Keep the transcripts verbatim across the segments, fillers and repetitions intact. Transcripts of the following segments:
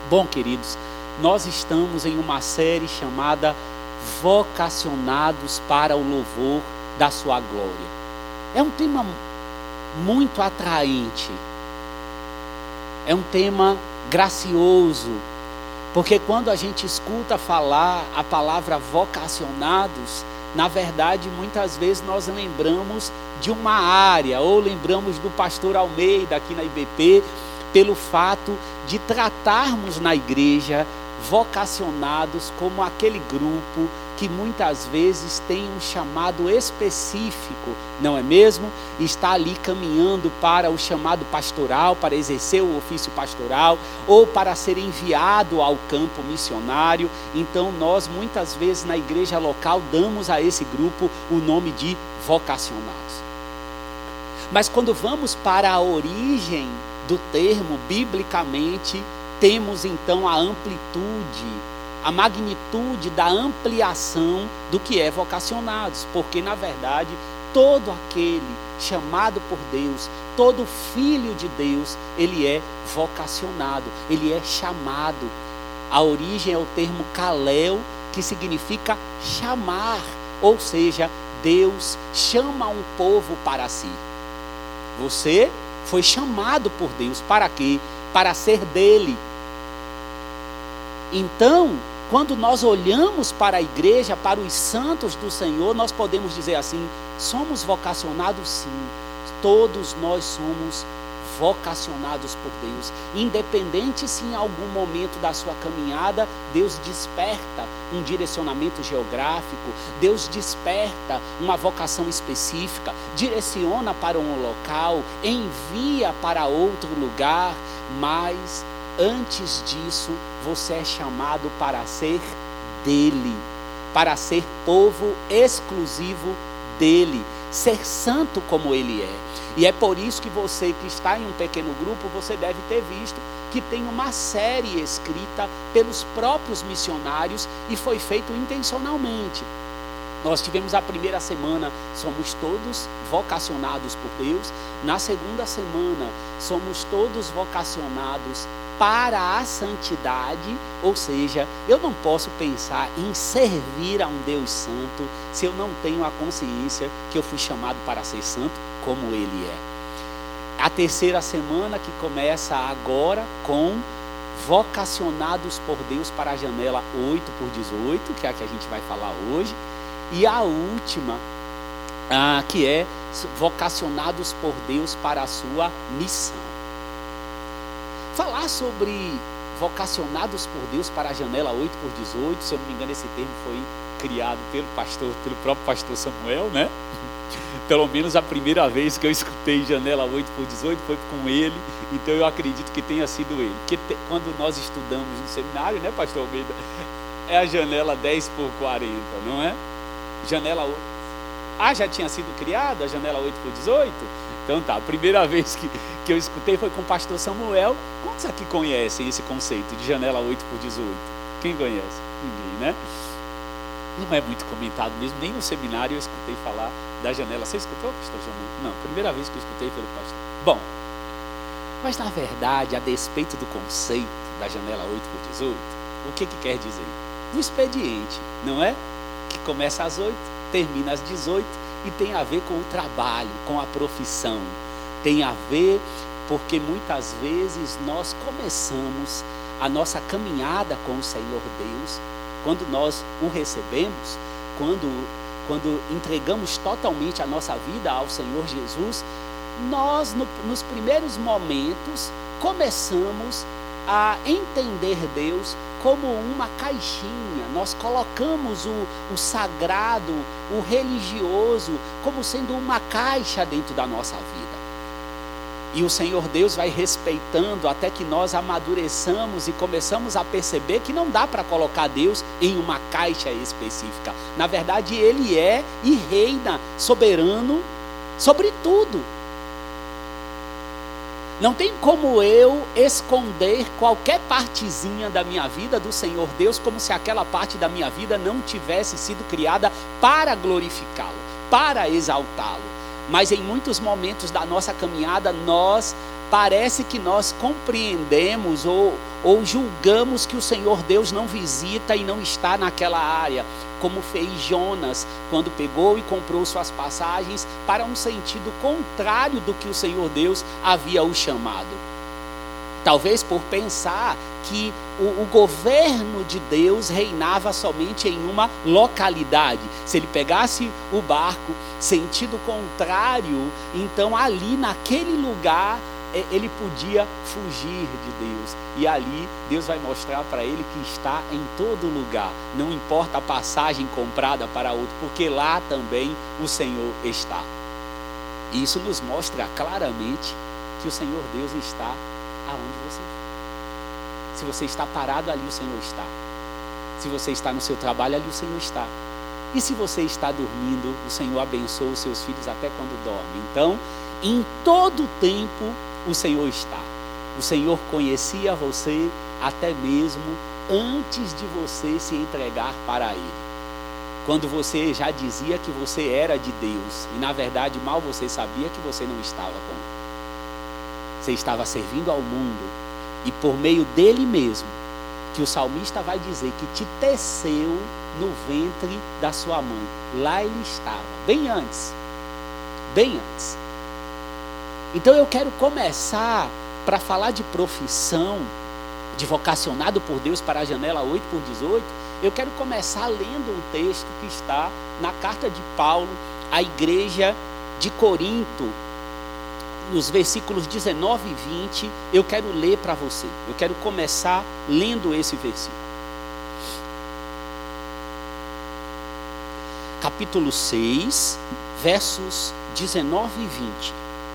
Bom, queridos, nós estamos em uma série chamada Vocacionados para o Louvor da Sua Glória. É um tema muito atraente, é um tema gracioso, porque quando a gente escuta falar a palavra vocacionados, na verdade, muitas vezes nós lembramos de uma área, ou lembramos do pastor Almeida aqui na I B P, pelo fato de tratarmos na igreja vocacionados como aquele grupo que muitas vezes tem um chamado específico, não é mesmo? Está ali caminhando para o chamado pastoral, para exercer o ofício pastoral, ou para ser enviado ao campo missionário. Então nós muitas vezes na igreja local damos a esse grupo o nome de vocacionados. Mas quando vamos para a origem do termo, biblicamente, temos então a amplitude, a magnitude da ampliação do que é vocacionados, porque na verdade todo aquele chamado por Deus, todo filho de Deus, ele é vocacionado, ele é chamado. A origem é o termo kalel, que significa chamar, ou seja, Deus chama um povo para si. Você foi chamado por Deus, para quê? Para ser dele. Então, quando nós olhamos para a igreja, para os santos do Senhor, nós podemos dizer assim: somos vocacionados sim, todos nós somos vocacionados por Deus, independente se em algum momento da sua caminhada, Deus desperta um direcionamento geográfico, Deus desperta uma vocação específica, direciona para um local, envia para outro lugar, mas antes disso, você é chamado para ser dele, para ser povo exclusivo dele, ser santo como ele é. E é por isso que você que está em um pequeno grupo, você deve ter visto que tem uma série escrita pelos próprios missionários e foi feito intencionalmente. Nós tivemos a primeira semana, somos todos vocacionados por Deus. Na segunda semana, somos todos vocacionados para a santidade, ou seja, eu não posso pensar em servir a um Deus santo se eu não tenho a consciência que eu fui chamado para ser santo como Ele é. A terceira semana, que começa agora com vocacionados por Deus para a janela oito por dezoito, que é a que a gente vai falar hoje, e a última, ah, que é vocacionados por Deus para a sua missão. Falar sobre vocacionados por Deus para a janela oito por dezoito, se eu não me engano esse termo foi criado pelo pastor, pelo próprio pastor Samuel, né? Pelo menos a primeira vez que eu escutei janela oito por dezoito foi com ele, então eu acredito que tenha sido ele. Porque te, quando nós estudamos no seminário, né, pastor Almeida, é a janela dez por quarenta, não é? Janela oito. Ah, já tinha sido criada a janela oito por dezoito? Então tá, a primeira vez que, que eu escutei foi com o pastor Samuel. Quantos aqui conhecem esse conceito de janela oito por dezoito? Quem conhece? Ninguém, né? Não é muito comentado mesmo, nem no seminário eu escutei falar da janela. Você escutou, pastor João? Não, primeira vez que eu escutei foi do pastor. Bom, mas na verdade, a despeito do conceito da janela oito por dezoito, o que que quer dizer? No expediente, não é? Que começa às oito, termina às dezoito, e tem a ver com o trabalho, com a profissão. Tem a ver porque muitas vezes nós começamos a nossa caminhada com o Senhor Deus, quando nós o recebemos, quando, quando entregamos totalmente a nossa vida ao Senhor Jesus, nós no, nos primeiros momentos começamos a entender Deus como uma caixinha. Nós colocamos o, o sagrado, o religioso, como sendo uma caixa dentro da nossa vida. E o Senhor Deus vai respeitando até que nós amadureçamos e começamos a perceber que não dá para colocar Deus em uma caixa específica. Na verdade, Ele é e reina soberano sobre tudo. Não tem como eu esconder qualquer partezinha da minha vida do Senhor Deus, como se aquela parte da minha vida não tivesse sido criada para glorificá-lo, para exaltá-lo. Mas em muitos momentos da nossa caminhada, nós, parece que nós compreendemos ou, ou julgamos que o Senhor Deus não visita e não está naquela área, como fez Jonas, quando pegou e comprou suas passagens para um sentido contrário do que o Senhor Deus havia o chamado. Talvez por pensar que o, o governo de Deus reinava somente em uma localidade. Se ele pegasse o barco sentido contrário, então ali naquele lugar ele podia fugir de Deus. E ali Deus vai mostrar para ele que está em todo lugar. Não importa a passagem comprada para outro, porque lá também o Senhor está. E isso nos mostra claramente que o Senhor Deus está aonde você está. Se você está parado, ali o Senhor está. Se você está no seu trabalho, ali o Senhor está. E se você está dormindo, o Senhor abençoa os seus filhos até quando dorme. Então, em todo tempo, o Senhor está. O Senhor conhecia você até mesmo antes de você se entregar para Ele. Quando você já dizia que você era de Deus, e na verdade mal você sabia que você não estava com Ele. Você estava servindo ao mundo, e por meio dele mesmo, que o salmista vai dizer que te teceu no ventre da sua mãe. Lá ele estava, bem antes, bem antes. Então eu quero começar para falar de profissão, de vocacionado por Deus para a janela oito por dezoito, eu quero começar lendo um texto que está na carta de Paulo à igreja de Corinto, nos versículos dezenove e vinte, eu quero ler para você. Eu quero começar lendo esse versículo. Capítulo seis, versos dezenove e vinte.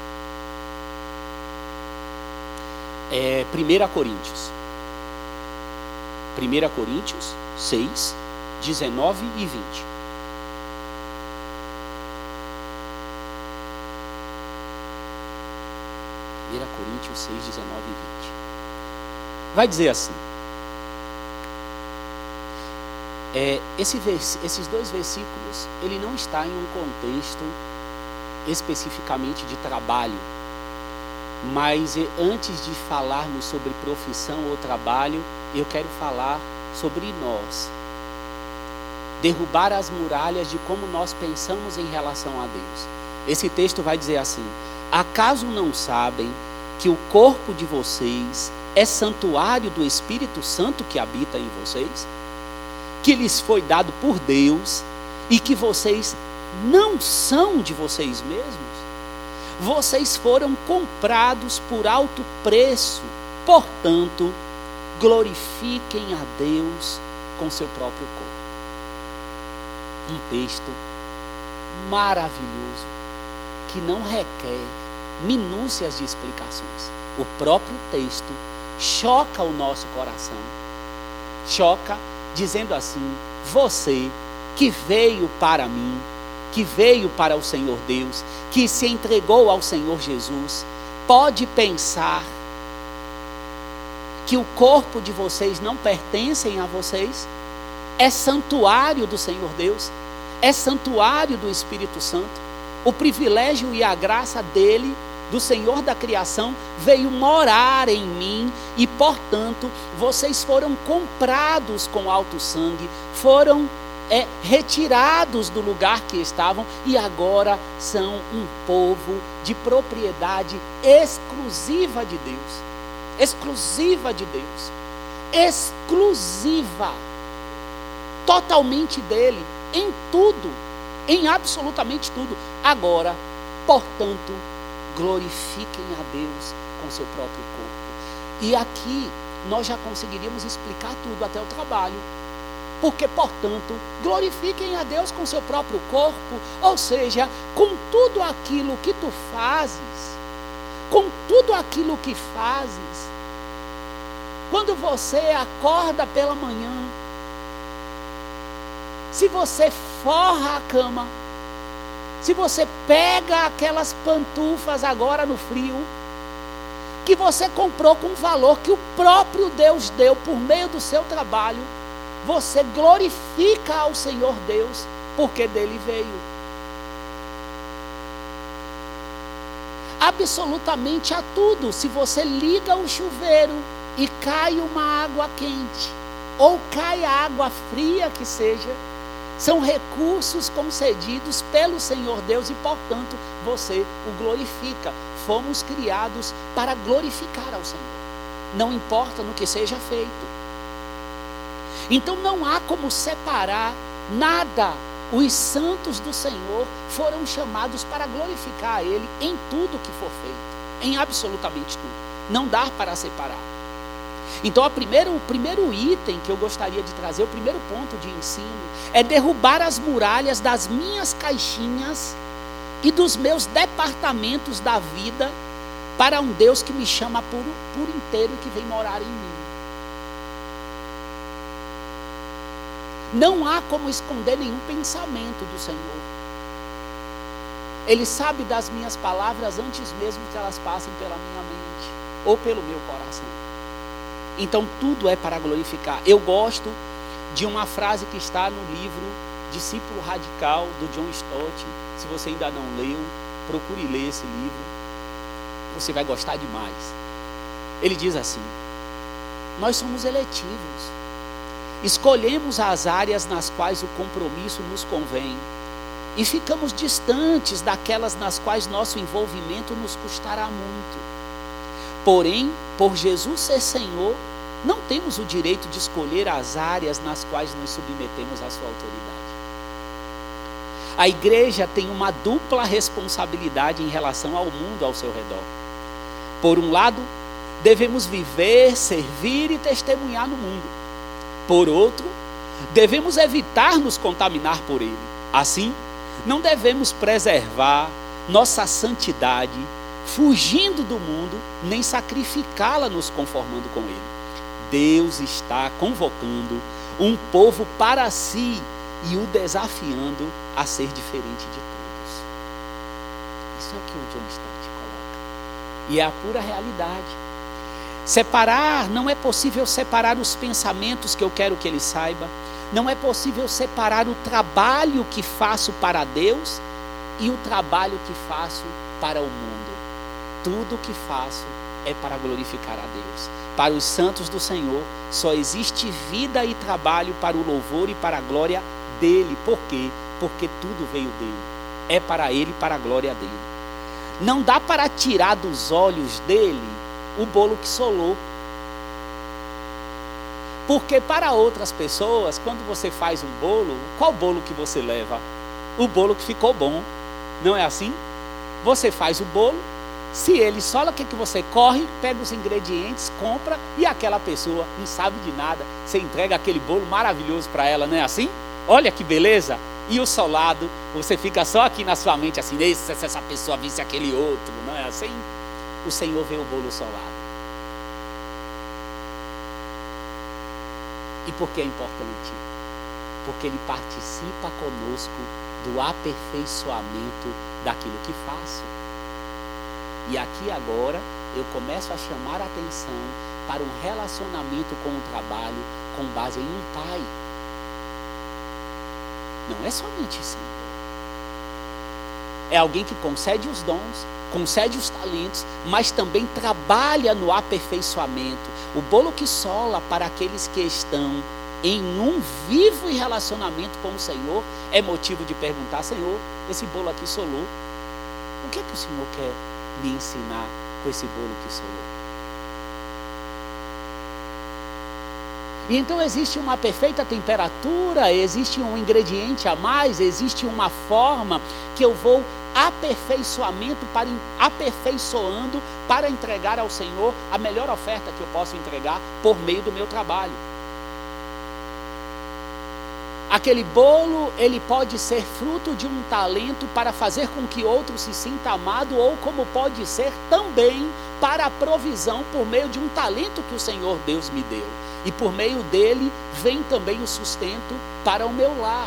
É primeira Coríntios. primeira Coríntios seis, dezenove e vinte. primeira Coríntios seis, dezenove e vinte. Vai dizer assim. É, esse vers, esses dois versículos, ele não está em um contexto especificamente de trabalho. Mas antes de falarmos sobre profissão ou trabalho, eu quero falar sobre nós. Derrubar as muralhas de como nós pensamos em relação a Deus. Esse texto vai dizer assim: acaso não sabem que o corpo de vocês é santuário do Espírito Santo que habita em vocês? Que lhes foi dado por Deus e que vocês não são de vocês mesmos? Vocês foram comprados por alto preço, portanto, glorifiquem a Deus com seu próprio corpo. Um texto maravilhoso, que não requer minúcias de explicações. O próprio texto choca o nosso coração, choca dizendo assim: você que veio para mim, que veio para o Senhor Deus, que se entregou ao Senhor Jesus, pode pensar que o corpo de vocês não pertencem a vocês? É santuário do Senhor Deus, é santuário do Espírito Santo. O privilégio e a graça dele, do Senhor da criação, veio morar em mim e, portanto, vocês foram comprados com alto sangue, foram é, retirados do lugar que estavam e agora são um povo de propriedade exclusiva de Deus. Exclusiva de Deus. Exclusiva. Totalmente dele, em tudo, em absolutamente tudo. Agora, portanto, glorifiquem a Deus com seu próprio corpo. E aqui nós já conseguiríamos explicar tudo até o trabalho. Porque, portanto, glorifiquem a Deus com seu próprio corpo, ou seja, com tudo aquilo que tu fazes, com tudo aquilo que fazes. Quando você acorda pela manhã, se você forra a cama, se você pega aquelas pantufas agora no frio, que você comprou com valor que o próprio Deus deu por meio do seu trabalho, você glorifica ao Senhor Deus, porque dele veio. Absolutamente a tudo. Se você liga o chuveiro e cai uma água quente, ou cai a água fria que seja, são recursos concedidos pelo Senhor Deus e, portanto, você o glorifica. Fomos criados para glorificar ao Senhor, não importa no que seja feito. Então não há como separar nada. Os santos do Senhor foram chamados para glorificar a Ele em tudo que for feito, em absolutamente tudo. Não dá para separar. Então a primeira, o primeiro item que eu gostaria de trazer, o primeiro ponto de ensino, é derrubar as muralhas das minhas caixinhas e dos meus departamentos da vida para um Deus que me chama por, por inteiro e que vem morar em mim. Não há como esconder nenhum pensamento do Senhor. Ele sabe das minhas palavras antes mesmo que elas passem pela minha mente ou pelo meu coração. Então tudo é para glorificar. Eu gosto de uma frase que está no livro Discípulo Radical, do John Stott. Se você ainda não leu, procure ler esse livro. Você vai gostar demais. Ele diz assim: nós somos eletivos. Escolhemos as áreas nas quais o compromisso nos convém e ficamos distantes daquelas nas quais nosso envolvimento nos custará muito. Porém, por Jesus ser Senhor, não temos o direito de escolher as áreas nas quais nos submetemos à sua autoridade. A igreja tem uma dupla responsabilidade em relação ao mundo ao seu redor. Por um lado, devemos viver, servir e testemunhar no mundo. Por outro, devemos evitar nos contaminar por ele. Assim, não devemos preservar nossa santidade fugindo do mundo, nem sacrificá-la nos conformando com ele. Deus está convocando um povo para si e o desafiando a ser diferente de todos. Isso é o que o John Stott coloca. E é a pura realidade. Separar, não é possível separar os pensamentos que eu quero que ele saiba. Não é possível separar o trabalho que faço para Deus e o trabalho que faço para o mundo. Tudo que faço é para glorificar a Deus. Para os santos do Senhor, só existe vida e trabalho para o louvor e para a glória dele. Por quê? Porque tudo veio dele. É para ele e para a glória dele. Não dá para tirar dos olhos dele o bolo que solou. Porque para outras pessoas, quando você faz um bolo, qual bolo que você leva? O bolo que ficou bom. Não é assim? Você faz o bolo, se ele sola, o que, que você corre, pega os ingredientes, compra, e aquela pessoa não sabe de nada, você entrega aquele bolo maravilhoso para ela, não é assim? Olha que beleza! E o solado, você fica só aqui na sua mente assim, se essa pessoa visse aquele outro, não é assim? O Senhor vê o bolo solado. E por que é importante? Porque Ele participa conosco do aperfeiçoamento daquilo que faço. E aqui agora eu começo a chamar a atenção para um relacionamento com o trabalho com base em um pai. Não é somente Senhor. É alguém que concede os dons, concede os talentos, mas também trabalha no aperfeiçoamento. O bolo que sola para aqueles que estão em um vivo relacionamento com o Senhor é motivo de perguntar: Senhor, esse bolo aqui solou, o que é que o Senhor quer me ensinar com esse bolo que solou? E então existe uma perfeita temperatura, existe um ingrediente a mais, existe uma forma que eu vou aperfeiçoamento para, aperfeiçoando para entregar ao Senhor a melhor oferta que eu posso entregar por meio do meu trabalho. Aquele bolo, ele pode ser fruto de um talento para fazer com que outro se sinta amado, ou como pode ser também para a provisão por meio de um talento que o Senhor Deus me deu. E por meio dele vem também o sustento para o meu lar.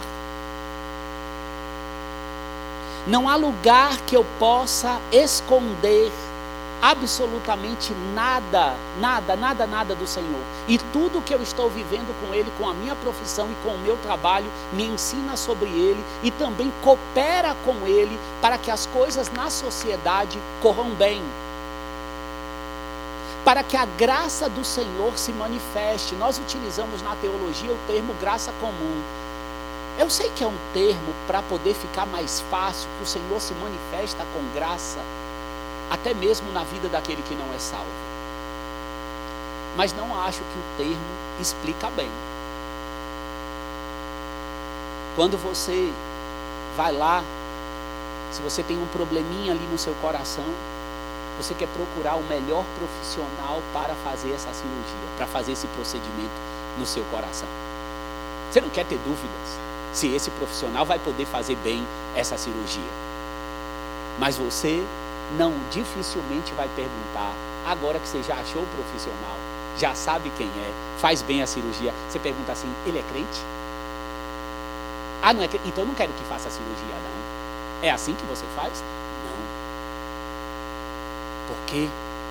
Não há lugar que eu possa esconder absolutamente nada, nada, nada, nada do Senhor. E tudo que eu estou vivendo com Ele, com a minha profissão e com o meu trabalho, me ensina sobre Ele e também coopera com Ele para que as coisas na sociedade corram bem. para que a graça do Senhor se manifeste. Nós utilizamos na teologia o termo graça comum. Eu sei que é um termo para poder ficar mais fácil, que o Senhor se manifesta com graça, até mesmo na vida daquele que não é salvo. Mas não acho que o termo explica bem. Quando você vai lá, se você tem um probleminha ali no seu coração, você quer procurar o melhor profissional para fazer essa cirurgia, para fazer esse procedimento no seu coração. Você não quer ter dúvidas se esse profissional vai poder fazer bem essa cirurgia. Mas você não dificilmente vai perguntar, agora que você já achou o profissional, já sabe quem é, faz bem a cirurgia, você pergunta assim, ele é crente? Ah, não é crente? Então eu não quero que faça a cirurgia, não. É assim que você faz? Não. Por quê?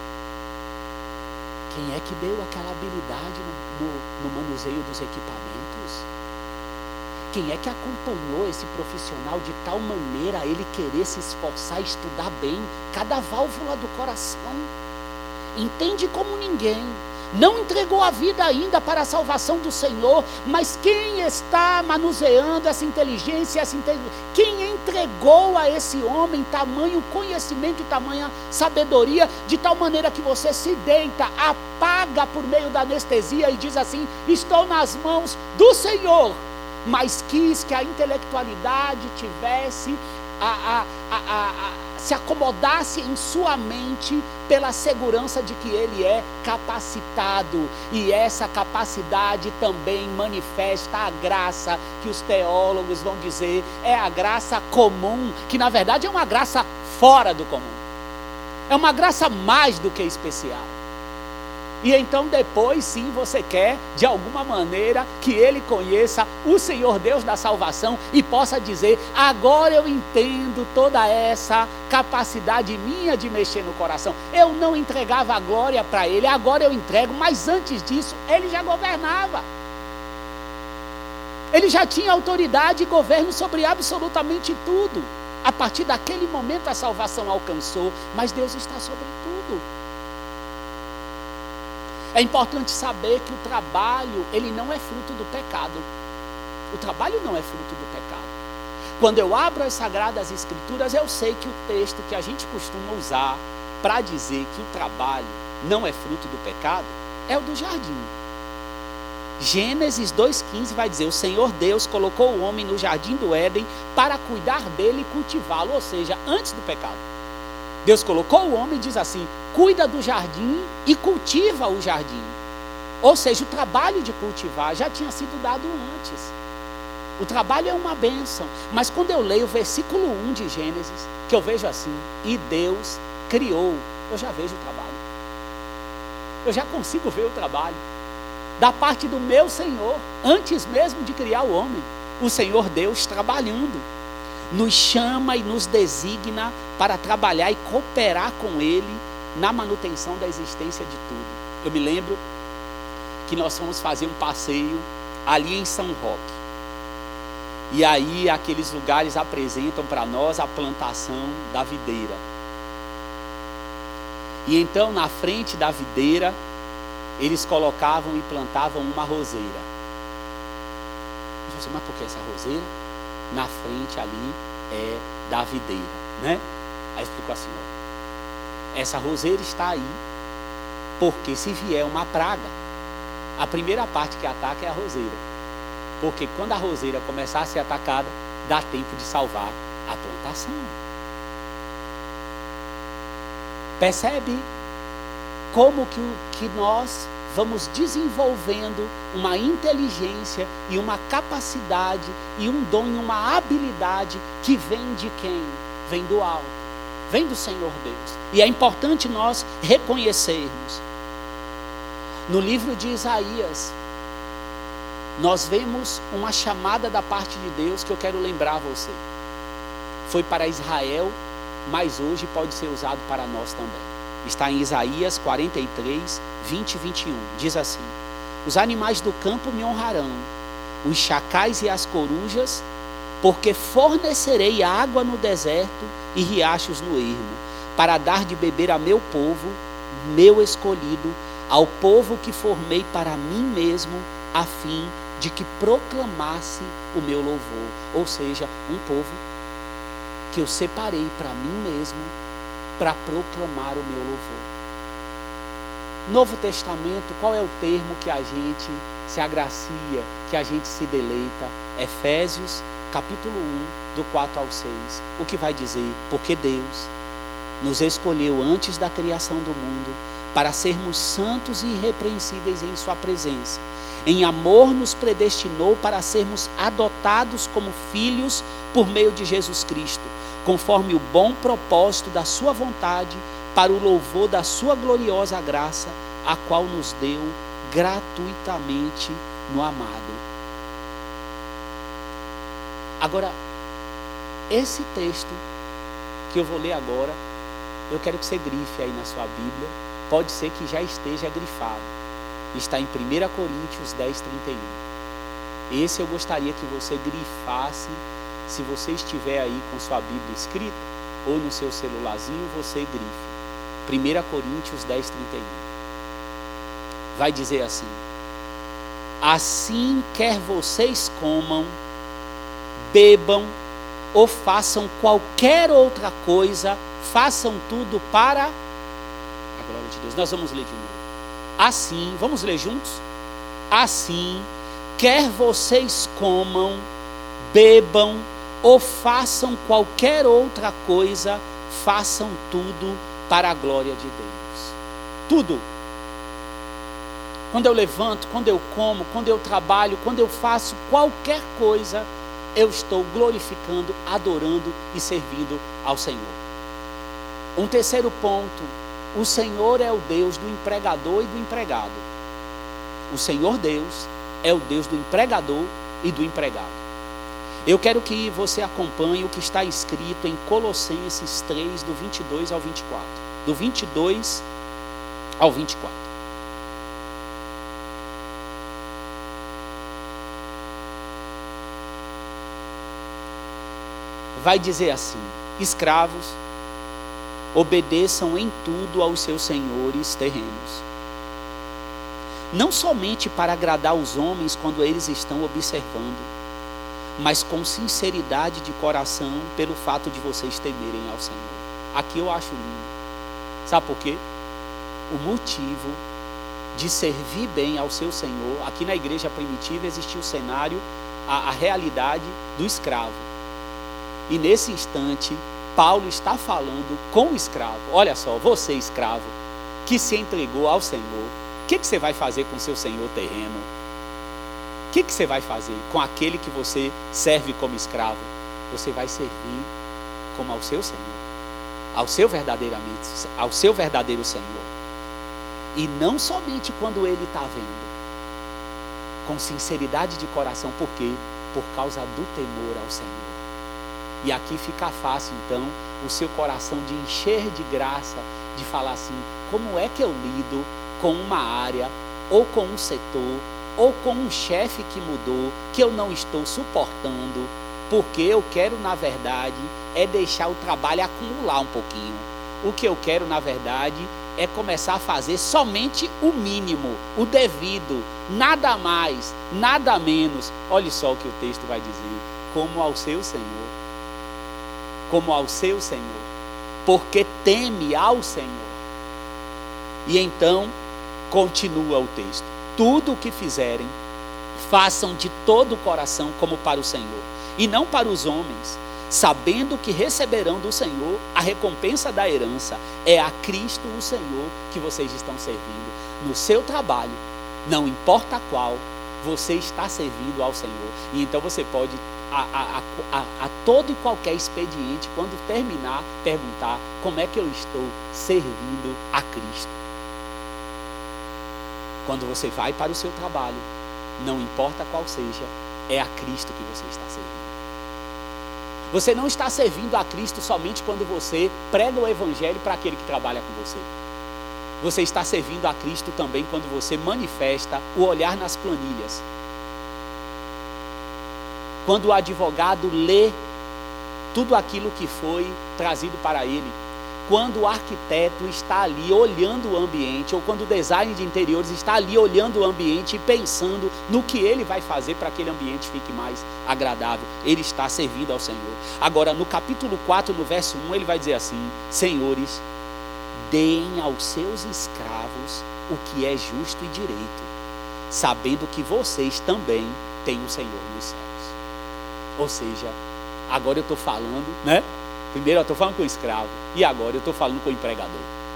Quem é que deu aquela habilidade no, no, no manuseio dos equipamentos? Quem é que acompanhou esse profissional de tal maneira a ele querer se esforçar, estudar bem cada válvula do coração? Entende como ninguém. Não entregou a vida ainda para a salvação do Senhor, mas quem está manuseando essa inteligência, essa inteligência, quem entregou a esse homem tamanho conhecimento e tamanha sabedoria, de tal maneira que você se deita, apaga por meio da anestesia e diz assim, estou nas mãos do Senhor, mas quis que a intelectualidade tivesse, a, a, a, a, a, se acomodasse em sua mente pela segurança de que ele é capacitado, e essa capacidade também manifesta a graça que os teólogos vão dizer, é a graça comum, que na verdade é uma graça fora do comum, é uma graça mais do que especial. E então depois sim você quer de alguma maneira que ele conheça o Senhor Deus da salvação e possa dizer, agora eu entendo toda essa capacidade minha de mexer no coração. Eu não entregava a glória para ele, agora eu entrego, mas antes disso ele já governava. Ele já tinha autoridade e governo sobre absolutamente tudo. A partir daquele momento a salvação alcançou, mas Deus está sobre tudo. É importante saber que o trabalho, ele não é fruto do pecado. O trabalho não é fruto do pecado. Quando eu abro as Sagradas Escrituras, eu sei que o texto que a gente costuma usar para dizer que o trabalho não é fruto do pecado, é o do jardim. Gênesis dois quinze vai dizer, o Senhor Deus colocou o homem no jardim do Éden para cuidar dele e cultivá-lo, ou seja, antes do pecado. Deus colocou o homem e diz assim, cuida do jardim e cultiva o jardim. Ou seja, o trabalho de cultivar já tinha sido dado antes. O trabalho é uma bênção. Mas quando eu leio o versículo um de Gênesis, que eu vejo assim, e Deus criou, eu já vejo o trabalho. Eu já consigo ver o trabalho. Da parte do meu Senhor, antes mesmo de criar o homem, o Senhor Deus trabalhando. Nos chama e nos designa para trabalhar e cooperar com Ele na manutenção da existência de tudo. Eu me lembro que nós fomos fazer um passeio ali em São Roque. E aí aqueles lugares apresentam para nós a plantação da videira. E então na frente da videira, eles colocavam e plantavam uma roseira. Eu falei assim, mas por que essa roseira? Na frente ali é da videira, né? Aí explicou assim, ó, essa roseira está aí porque se vier uma praga, a primeira parte que ataca é a roseira, porque quando a roseira começar a ser atacada, dá tempo de salvar a plantação. Percebe como que, que nós vamos desenvolvendo uma inteligência e uma capacidade e um dom e uma habilidade que vem de quem? Vem do alto, vem do Senhor Deus. E é importante nós reconhecermos. No livro de Isaías, nós vemos uma chamada da parte de Deus que eu quero lembrar a você. Foi para Israel, mas hoje pode ser usado para nós também. Está em Isaías quarenta e três, vinte e vinte e um. Diz assim, os animais do campo me honrarão, os chacais e as corujas, porque fornecerei água no deserto e riachos no ermo, para dar de beber a meu povo meu escolhido, ao povo que formei para mim mesmo, a fim de que proclamasse o meu louvor. Ou seja, um povo que eu separei para mim mesmo, para proclamar o meu louvor. Novo Testamento, qual é o termo que a gente se agracia, que a gente se deleita? Efésios, capítulo um, do quatro ao seis. O que vai dizer? Porque Deus nos escolheu antes da criação do mundo para sermos santos e irrepreensíveis em sua presença. Em amor nos predestinou para sermos adotados como filhos por meio de Jesus Cristo, conforme o bom propósito da sua vontade, para o louvor da sua gloriosa graça, a qual nos deu gratuitamente no amado. Agora, esse texto que eu vou ler agora, eu quero que você grife aí na sua Bíblia. Pode ser que já esteja grifado. Está em primeira Coríntios dez, trinta e um. Esse eu gostaria que você grifasse, se você estiver aí com sua Bíblia escrita, ou no seu celularzinho, você grife. primeira Coríntios dez, trinta e um. Vai dizer assim: assim quer vocês comam, bebam, ou façam qualquer outra coisa, façam tudo para a glória de Deus. Nós vamos ler de novo. Assim, vamos ler juntos? Assim, quer vocês comam, bebam, ou façam qualquer outra coisa, façam tudo para a glória de Deus. Tudo. Quando eu levanto, quando eu como, quando eu trabalho, quando eu faço qualquer coisa, eu estou glorificando, adorando e servindo ao Senhor. Um terceiro ponto: o Senhor é o Deus do empregador e do empregado. O Senhor Deus é o Deus do empregador e do empregado. Eu quero que você acompanhe o que está escrito em Colossenses três, do vinte e dois ao vinte e quatro. Do vinte e dois ao vinte e quatro. Vai dizer assim: escravos, obedeçam em tudo aos seus senhores terrenos, não somente para agradar os homens quando eles estão observando, mas com sinceridade de coração, pelo fato de vocês temerem ao Senhor. Aqui eu acho lindo. Sabe por quê? O motivo de servir bem ao seu Senhor. Aqui na igreja primitiva existia o cenário, a, a realidade do escravo. E nesse instante, Paulo está falando com o escravo. Olha só, você escravo, que se entregou ao Senhor, o que, que você vai fazer com o seu senhor terreno? O que, que você vai fazer com aquele que você serve como escravo? Você vai servir como ao seu Senhor, ao seu verdadeiramente, ao seu verdadeiro Senhor. E não somente quando Ele está vendo, com sinceridade de coração. Por quê? Por causa do temor ao Senhor. E aqui fica fácil, então, o seu coração de encher de graça, de falar assim: como é que eu lido com uma área, ou com um setor, ou com um chefe que mudou, que eu não estou suportando, porque eu quero, na verdade, é deixar o trabalho acumular um pouquinho. O que eu quero, na verdade, é começar a fazer somente o mínimo, o devido, nada mais, nada menos. Olha só o que o texto vai dizer: como ao seu Senhor. Como ao seu Senhor, porque teme ao Senhor. E então, continua o texto: tudo o que fizerem, façam de todo o coração como para o Senhor, e não para os homens, sabendo que receberão do Senhor a recompensa da herança. É a Cristo o Senhor que vocês estão servindo. No seu trabalho, não importa qual, você está servindo ao Senhor. E então você pode, a, a, a, a todo e qualquer expediente, quando terminar, perguntar: como é que eu estou servindo a Cristo? Quando você vai para o seu trabalho, não importa qual seja, é a Cristo que você está servindo. Você não está servindo a Cristo somente quando você prega o Evangelho para aquele que trabalha com você. Você está servindo a Cristo também quando você manifesta o olhar nas planilhas. Quando o advogado lê tudo aquilo que foi trazido para ele. quando o arquiteto está ali olhando o ambiente, ou quando o design de interiores está ali olhando o ambiente e pensando no que ele vai fazer para que aquele ambiente fique mais agradável. Ele está servindo ao Senhor. Agora, no capítulo quatro, no verso um, ele vai dizer assim: senhores, deem aos seus escravos o que é justo e direito, sabendo que vocês também têm um Senhor nos céus. Ou seja, agora eu estou falando, né? Primeiro eu estou falando com o escravo, e agora eu estou falando com o empregador.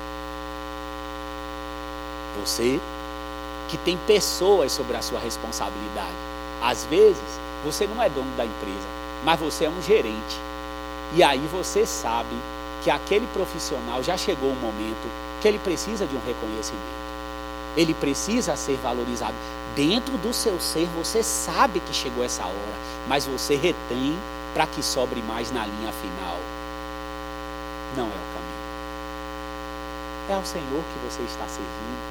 Você que tem pessoas sobre a sua responsabilidade. Às vezes, você não é dono da empresa, mas você é um gerente. E aí você sabe que aquele profissional já chegou um momento que ele precisa de um reconhecimento. Ele precisa ser valorizado. Dentro do seu ser, você sabe que chegou essa hora, mas você retém para que sobre mais na linha final. Não é o caminho. É ao Senhor que você está servindo.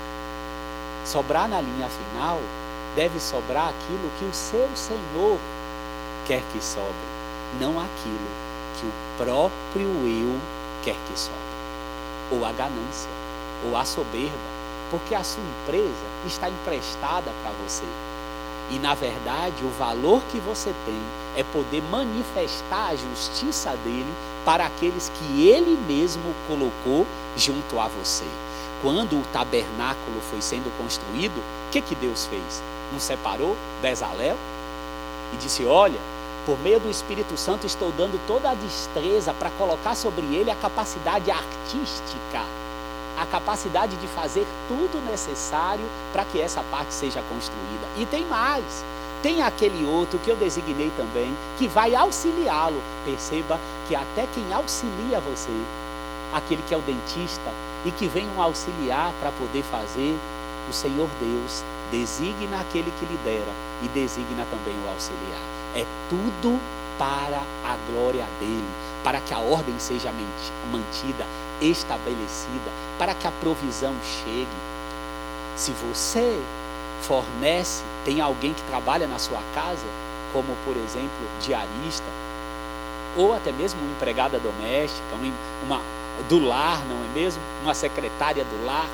Sobrar na linha final deve sobrar aquilo que o seu Senhor quer que sobre, não aquilo que o próprio eu quer que sobre, ou a ganância, ou a soberba, porque a sua empresa está emprestada para você. E na verdade o valor que você tem é poder manifestar a justiça dele para aqueles que ele mesmo colocou junto a você. Quando o tabernáculo foi sendo construído, o que, que Deus fez? Não separou Bezalel e disse: olha, por meio do Espírito Santo estou dando toda a destreza para colocar sobre ele a capacidade artística, a capacidade de fazer tudo necessário para que essa parte seja construída. E tem mais, tem aquele outro que eu designei também, que vai auxiliá-lo. Perceba que até quem auxilia você, aquele que é o dentista e que vem um auxiliar para poder fazer, o Senhor Deus designa aquele que lidera e designa também o auxiliar. É tudo para a glória dele, para que a ordem seja mantida, estabelecida, para que a provisão chegue. Se você fornece, tem alguém que trabalha na sua casa, como por exemplo diarista, ou até mesmo uma empregada doméstica, uma, uma do lar, não é mesmo? Uma secretária do lar.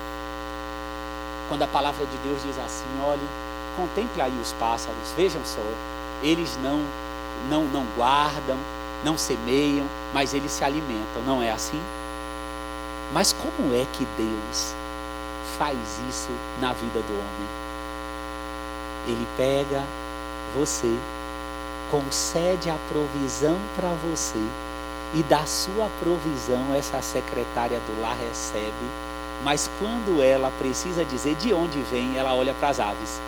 Quando a palavra de Deus diz assim: olhe, contemple aí os pássaros, vejam só, eles não, não, não guardam, não semeiam, mas eles se alimentam, não é assim? Mas como é que Deus faz isso na vida do homem? Ele pega você, concede a provisão para você, e da sua provisão essa secretária do lar recebe, mas quando ela precisa dizer de onde vem, ela olha para as aves.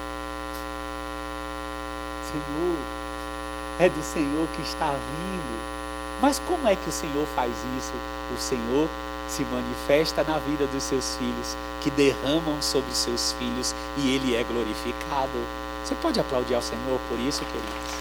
Senhor, é do Senhor que está vindo. Mas como é que o Senhor faz isso? O Senhor se manifesta na vida dos seus filhos, que derramam sobre os seus filhos, e Ele é glorificado. Você pode aplaudir ao Senhor por isso, queridos?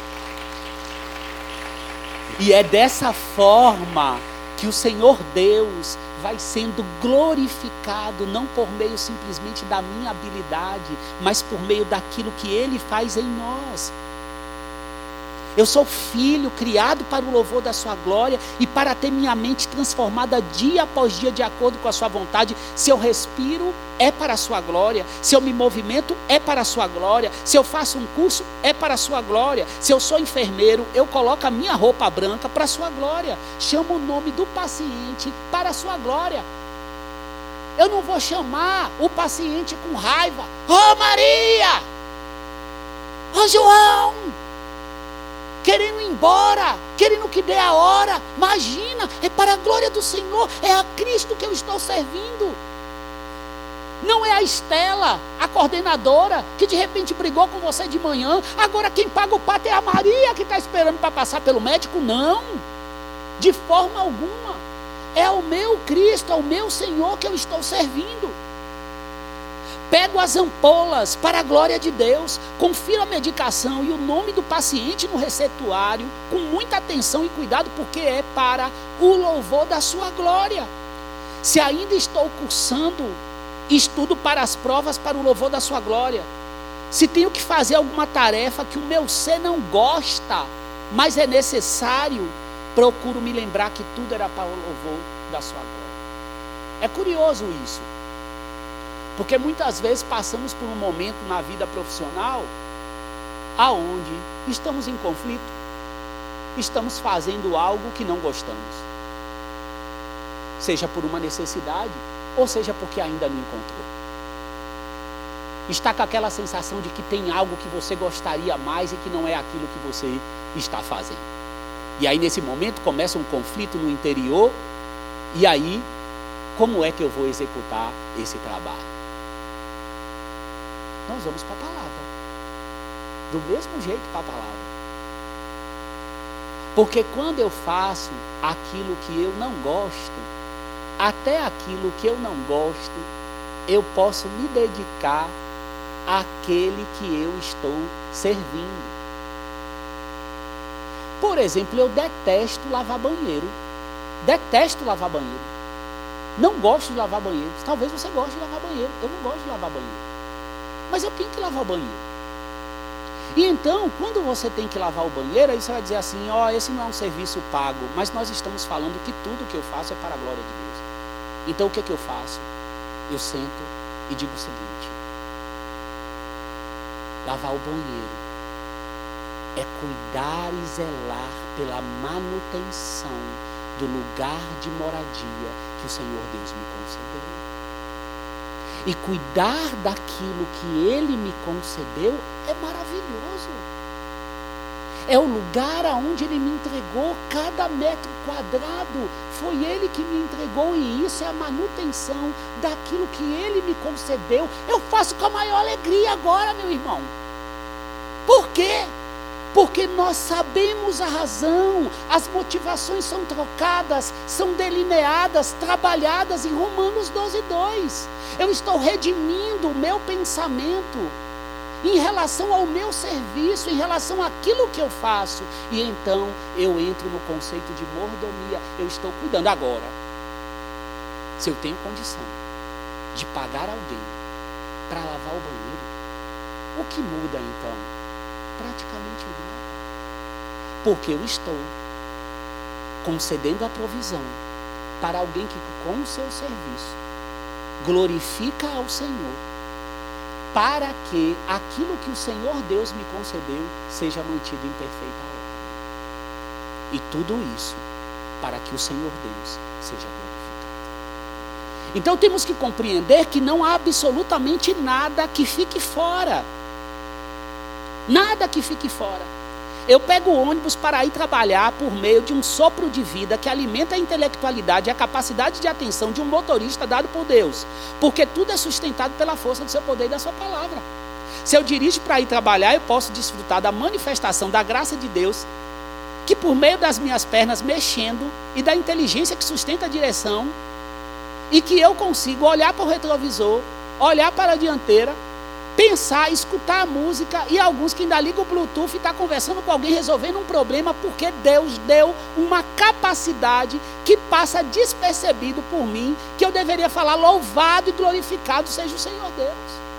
E é dessa forma que o Senhor Deus vai sendo glorificado, não por meio simplesmente da minha habilidade, mas por meio daquilo que Ele faz em nós. Eu sou filho, criado para o louvor da sua glória e para ter minha mente transformada dia após dia de acordo com a sua vontade. Se eu respiro, é para a sua glória. Se eu me movimento, é para a sua glória. Se eu faço um curso, é para a sua glória. Se eu sou enfermeiro, eu coloco a minha roupa branca para a sua glória. Chamo o nome do paciente para a sua glória. Eu não vou chamar o paciente com raiva. Ô oh, Maria! Ô oh, João! Querendo ir embora, querendo que dê a hora. Imagina, é para a glória do Senhor, é a Cristo que eu estou servindo. Não é a Estela, a coordenadora, que de repente brigou com você de manhã. Agora quem paga o pato é a Maria, que está esperando para passar pelo médico. Não, de forma alguma. É o meu Cristo, é o meu Senhor que eu estou servindo. Pego as ampolas para a glória de Deus, confiro a medicação e o nome do paciente no receituário, com muita atenção e cuidado, porque é para o louvor da sua glória. Se ainda estou cursando, estudo para as provas para o louvor da sua glória. Se tenho que fazer alguma tarefa que o meu ser não gosta, mas é necessário, procuro me lembrar que tudo era para o louvor da sua glória. É curioso isso, porque muitas vezes passamos por um momento na vida profissional aonde estamos em conflito, estamos fazendo algo que não gostamos, seja por uma necessidade ou seja porque ainda não encontrou. Está com aquela sensação de que tem algo que você gostaria mais e que não é aquilo que você está fazendo. E aí nesse momento começa um conflito no interior, e aí como é que eu vou executar esse trabalho? Nós vamos para a palavra, do mesmo jeito para a palavra. Porque quando eu faço aquilo que eu não gosto, até aquilo que eu não gosto, eu posso me dedicar àquele que eu estou servindo. Por exemplo, eu detesto lavar banheiro. Detesto lavar banheiro. Não gosto de lavar banheiro. Talvez você goste de lavar banheiro. Eu não gosto de lavar banheiro. Mas eu tenho que lavar o banheiro. E então, quando você tem que lavar o banheiro, aí você vai dizer assim, ó, oh, esse não é um serviço pago, mas nós estamos falando que tudo que eu faço é para a glória de Deus. Então o que é que eu faço? Eu sento e digo o seguinte: lavar o banheiro é cuidar e zelar pela manutenção do lugar de moradia que o Senhor Deus me concedeu. E cuidar daquilo que Ele me concedeu é maravilhoso. É o lugar aonde Ele me entregou cada metro quadrado. Foi Ele que me entregou, e isso é a manutenção daquilo que Ele me concedeu. Eu faço com a maior alegria agora, meu irmão. Por quê? Porque nós sabemos a razão, as motivações são trocadas, são delineadas, trabalhadas em Romanos doze, dois. Eu estou redimindo o meu pensamento em relação ao meu serviço, em relação àquilo que eu faço. E então eu entro no conceito de mordomia, eu estou cuidando. Agora, se eu tenho condição de pagar alguém para lavar o banheiro, o que muda então? Praticamente nada. Porque eu estou concedendo a provisão para alguém que com o seu serviço glorifica ao Senhor, para que aquilo que o Senhor Deus me concedeu seja mantido em perfeita ordem. E tudo isso para que o Senhor Deus seja glorificado. Então temos que compreender que não há absolutamente nada que fique fora. Nada que fique fora. Eu pego o ônibus para ir trabalhar por meio de um sopro de vida que alimenta a intelectualidade e a capacidade de atenção de um motorista dado por Deus. Porque tudo é sustentado pela força do seu poder e da sua palavra. Se eu dirijo para ir trabalhar, eu posso desfrutar da manifestação da graça de Deus, que por meio das minhas pernas mexendo e da inteligência que sustenta a direção, e que eu consigo olhar para o retrovisor, olhar para a dianteira, pensar, escutar a música, e alguns que ainda ligam o Bluetooth e estão conversando com alguém, resolvendo um problema, porque Deus deu uma capacidade que passa despercebido por mim, que eu deveria falar: louvado e glorificado seja o Senhor Deus.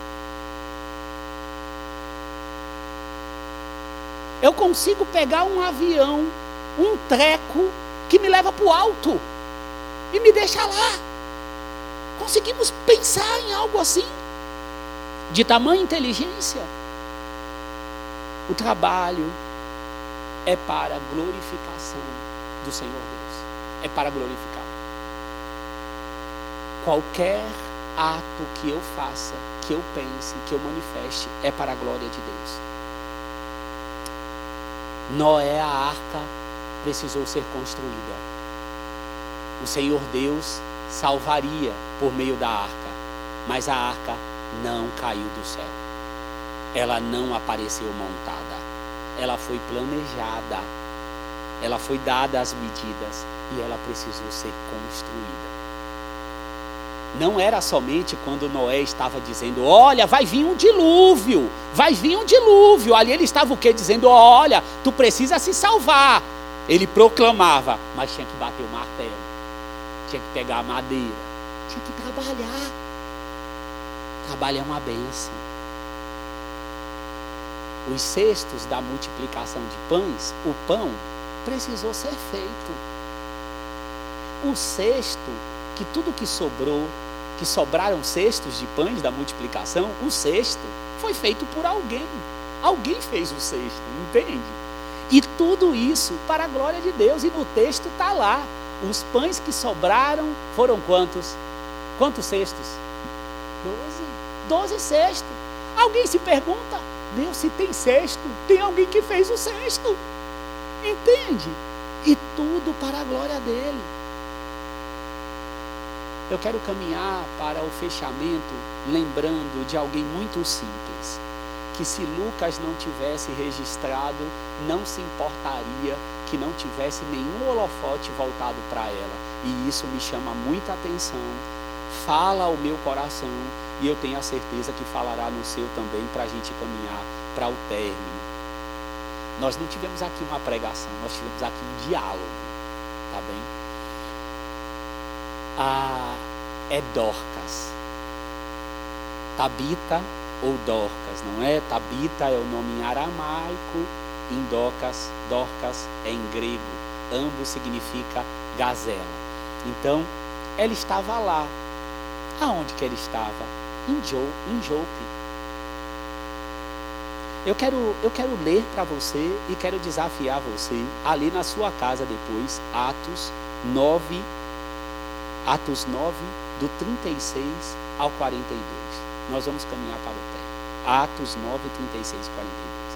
Eu consigo pegar um avião, um treco, que me leva para o alto e me deixa lá. Conseguimos pensar em algo assim, de tamanha inteligência. O trabalho é para a glorificação do Senhor Deus. É para glorificar. Qualquer ato que eu faça, que eu pense, que eu manifeste, é para a glória de Deus. Noé, a arca precisou ser construída. O Senhor Deus salvaria por meio da arca, mas a arca não caiu do céu. Ela não apareceu montada. Ela foi planejada. Ela foi dada as medidas e ela precisou ser construída. Não era somente quando Noé estava dizendo: olha, vai vir um dilúvio, vai vir um dilúvio. Ali ele estava o quê? Dizendo: olha, tu precisa se salvar. Ele proclamava, mas tinha que bater o martelo, tinha que pegar a madeira, tinha que trabalhar. Trabalho é uma bênção. Os cestos da multiplicação de pães, o pão precisou ser feito. o cesto, que tudo que sobrou, que sobraram cestos de pães da multiplicação, o cesto foi feito por alguém. Alguém fez o cesto, entende? E tudo isso para a glória de Deus. E no texto está lá, os pães que sobraram foram quantos? Quantos cestos? Doze. Doze cestos. Alguém se pergunta, Deus, se tem cesto, tem alguém que fez o cesto. Entende? E tudo para a glória dele. Eu quero caminhar para o fechamento lembrando de alguém muito simples, que se Lucas não tivesse registrado, não se importaria que não tivesse nenhum holofote voltado para ela. E isso me chama muita atenção, fala ao meu coração, e eu tenho a certeza que falará no seu também, para a gente caminhar para o término. Nós não tivemos aqui uma pregação, nós tivemos aqui um diálogo, tá bem? Ah, é Dorcas, Tabita ou Dorcas, não é? Tabita é o nome em aramaico, em Dorcas, Dorcas é em grego, ambos significa gazela. Então, ela estava lá. Aonde que ela estava? Em Jope. Eu quero, eu quero ler para você e quero desafiar você, ali na sua casa depois, Atos nove, Atos nove, do trinta e seis ao quarenta e dois. Nós vamos caminhar para o término. Atos nove, trinta e seis e quarenta e dois.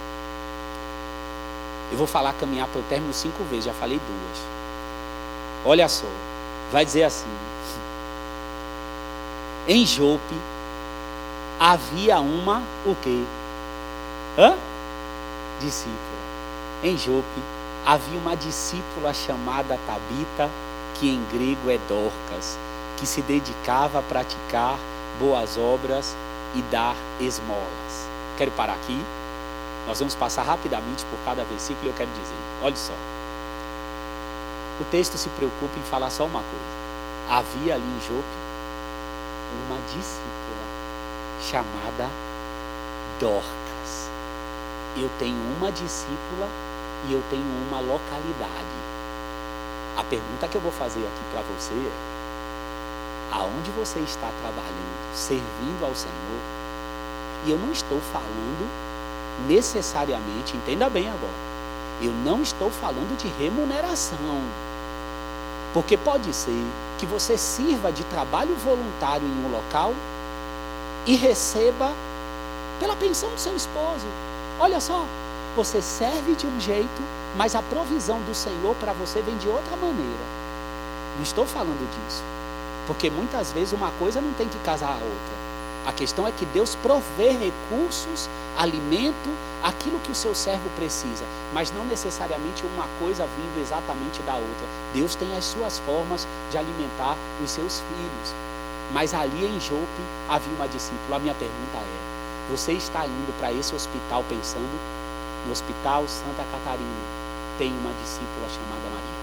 Eu vou falar caminhar para o término cinco vezes, já falei duas. Olha só, vai dizer assim: em Jope havia uma, o quê? Hã? Discípula. Em Jope havia uma discípula chamada Tabita, que em grego é Dorcas, que se dedicava a praticar boas obras e dar esmolas. Quero parar aqui. Nós vamos passar rapidamente por cada versículo e eu quero dizer, olha só. O texto se preocupa em falar só uma coisa. Havia ali em Jope uma discípula chamada Dorcas. Eu tenho uma discípula e eu tenho uma localidade. A pergunta que eu vou fazer aqui para você é: aonde você está trabalhando, servindo ao Senhor? E eu não estou falando necessariamente, entenda bem agora, eu não estou falando de remuneração, porque pode ser que você sirva de trabalho voluntário em um local e receba pela pensão do seu esposo. Olha só, você serve de um jeito, mas a provisão do Senhor para você vem de outra maneira. Não estou falando disso, porque muitas vezes uma coisa não tem que casar a outra. A questão é que Deus provê recursos, alimento, aquilo que o seu servo precisa, mas não necessariamente uma coisa vindo exatamente da outra. Deus tem as suas formas de alimentar os seus filhos. Mas ali em Jope havia uma discípula. A minha pergunta é: você está indo para esse hospital pensando, no Hospital Santa Catarina tem uma discípula chamada Maria.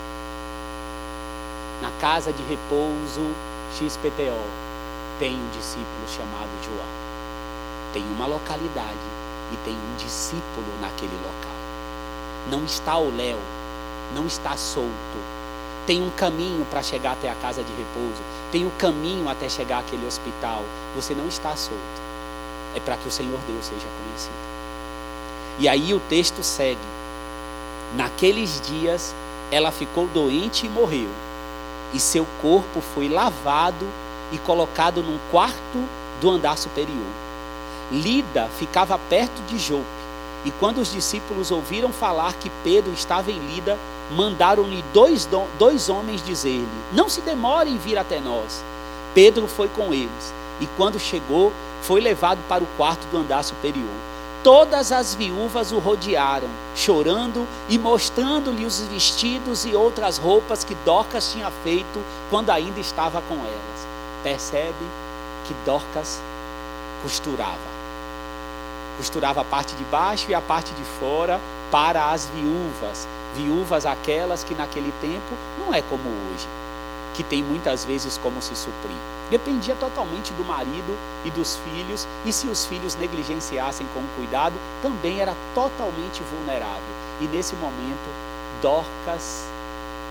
Na casa de repouso X P T O tem um discípulo chamado João. Tem uma localidade e tem um discípulo naquele local. Não está o Léo, não está solto. Tem um caminho para chegar até a casa de repouso. Tem um caminho até chegar àquele hospital. Você não está solto. É para que o Senhor Deus seja conhecido. E aí o texto segue. Naqueles dias ela ficou doente e morreu. E seu corpo foi lavado e colocado num quarto do andar superior. Lida ficava perto de Jope, e quando os discípulos ouviram falar que Pedro estava em Lida, mandaram-lhe dois, dois homens dizer-lhe: não se demore em vir até nós. Pedro foi com eles, e quando chegou, foi levado para o quarto do andar superior. Todas as viúvas o rodearam, chorando e mostrando-lhe os vestidos e outras roupas que Dorcas tinha feito quando ainda estava com elas. Percebe que Dorcas costurava. Costurava a parte de baixo e a parte de fora para as viúvas. Viúvas aquelas que naquele tempo não é como hoje, que tem muitas vezes como se suprir. Dependia totalmente do marido e dos filhos, e se os filhos negligenciassem com cuidado, também era totalmente vulnerável. E nesse momento, Dorcas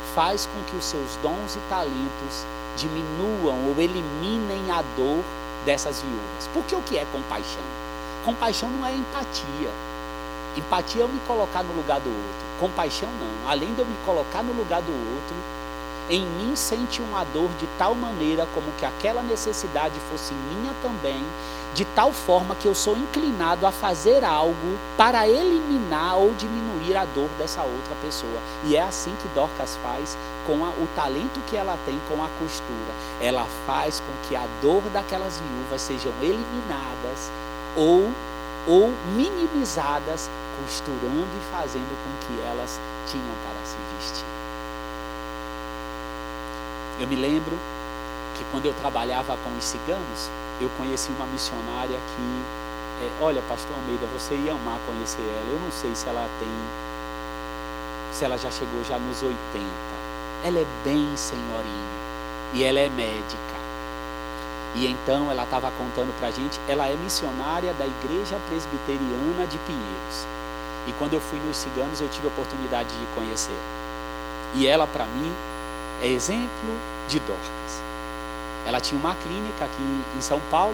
faz com que os seus dons e talentos diminuam ou eliminem a dor dessas viúvas. Porque o que é compaixão? Compaixão não é empatia. Empatia é eu me colocar no lugar do outro. Compaixão não. Além de eu me colocar no lugar do outro, em mim sente uma dor de tal maneira como que aquela necessidade fosse minha também, de tal forma que eu sou inclinado a fazer algo para eliminar ou diminuir a dor dessa outra pessoa. E é assim que Dorcas faz com a, o talento que ela tem com a costura. Ela faz com que a dor daquelas viúvas sejam eliminadas ou, ou minimizadas, costurando e fazendo com que elas tinham para se vestir. Eu me lembro que quando eu trabalhava com os ciganos, eu conheci uma missionária que, é, olha, pastor Almeida, você ia amar conhecer ela. Eu não sei se ela tem, se ela já chegou já nos oitenta. Ela é bem senhorinha e ela é médica. E então ela estava contando para a gente, ela é missionária da Igreja Presbiteriana de Pinheiros. E quando eu fui nos ciganos, eu tive a oportunidade de conhecer. E ela, para mim, é exemplo de Dorcas. Ela tinha uma clínica aqui em São Paulo,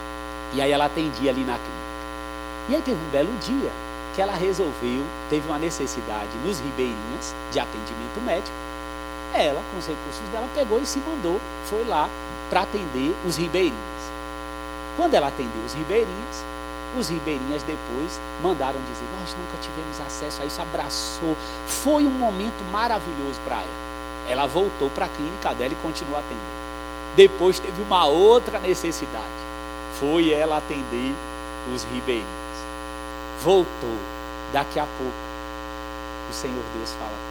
e aí ela atendia ali na clínica. E aí teve um belo dia que ela resolveu, teve uma necessidade nos Ribeirinhas de atendimento médico. Ela, com os recursos dela, pegou e se mandou, foi lá para atender os Ribeirinhas. Quando ela atendeu os Ribeirinhas, os Ribeirinhas depois mandaram dizer, nós nunca tivemos acesso a isso, abraçou. Foi um momento maravilhoso para ela. Ela voltou para a clínica dela e continuou atendendo. Depois teve uma outra necessidade. Foi ela atender os Ribeirinhos. Voltou. Daqui a pouco, o Senhor Deus fala com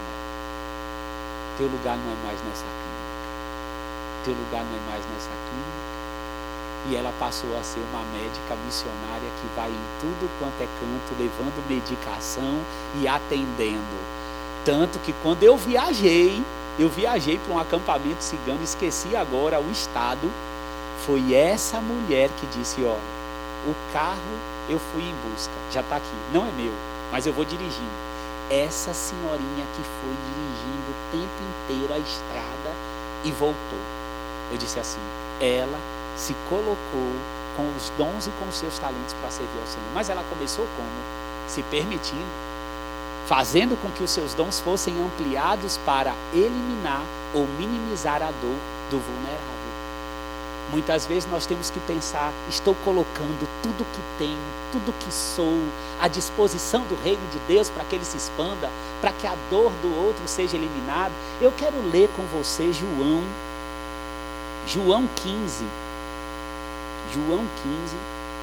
ela. Teu lugar não é mais nessa clínica. Teu lugar não é mais nessa clínica. E ela passou a ser uma médica missionária que vai em tudo quanto é canto, levando medicação e atendendo. Tanto que quando eu viajei, eu viajei para um acampamento cigano, esqueci agora o estado, foi essa mulher que disse, olha, o carro eu fui em busca, já está aqui, não é meu, mas eu vou dirigindo. Essa senhorinha que foi dirigindo o tempo inteiro a estrada e voltou. Eu disse assim, ela se colocou com os dons e com os seus talentos para servir ao Senhor. Mas ela começou como? Se permitindo, fazendo com que os seus dons fossem ampliados para eliminar ou minimizar a dor do vulnerável. Muitas vezes nós temos que pensar, estou colocando tudo que tenho, tudo que sou, à disposição do reino de Deus para que ele se expanda, para que a dor do outro seja eliminada. Eu quero ler com você João, João quinze, João quinze,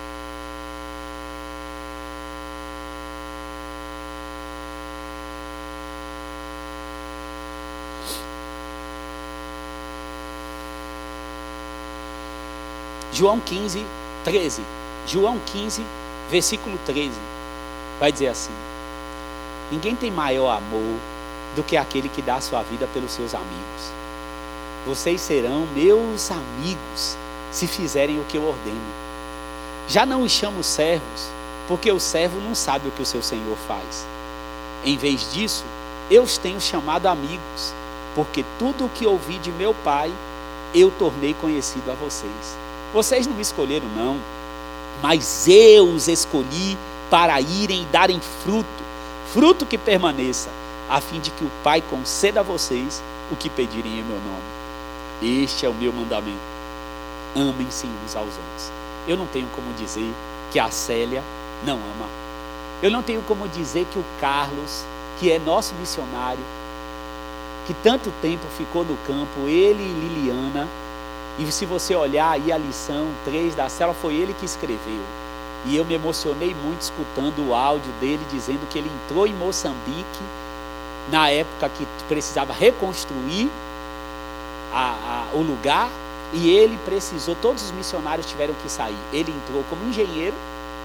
João quinze, treze. João quinze, versículo treze. Vai dizer assim: ninguém tem maior amor do que aquele que dá a sua vida pelos seus amigos. Vocês serão meus amigos se fizerem o que eu ordeno. Já não os chamo servos, porque o servo não sabe o que o seu senhor faz. Em vez disso, eu os tenho chamado amigos, porque tudo o que ouvi de meu Pai, eu tornei conhecido a vocês. Vocês não me escolheram, não, mas eu os escolhi para irem e darem fruto, fruto que permaneça, a fim de que o Pai conceda a vocês o que pedirem em meu nome. Este é o meu mandamento: amem-se uns aos outros. Eu não tenho como dizer que a Célia não ama. Eu não tenho como dizer que o Carlos, que é nosso missionário, que tanto tempo ficou no campo, ele e Liliana, e se você olhar aí a lição três da célula, foi ele que escreveu. E eu me emocionei muito escutando o áudio dele, dizendo que ele entrou em Moçambique, na época que precisava reconstruir a, a, o lugar, e ele precisou, todos os missionários tiveram que sair. Ele entrou como engenheiro,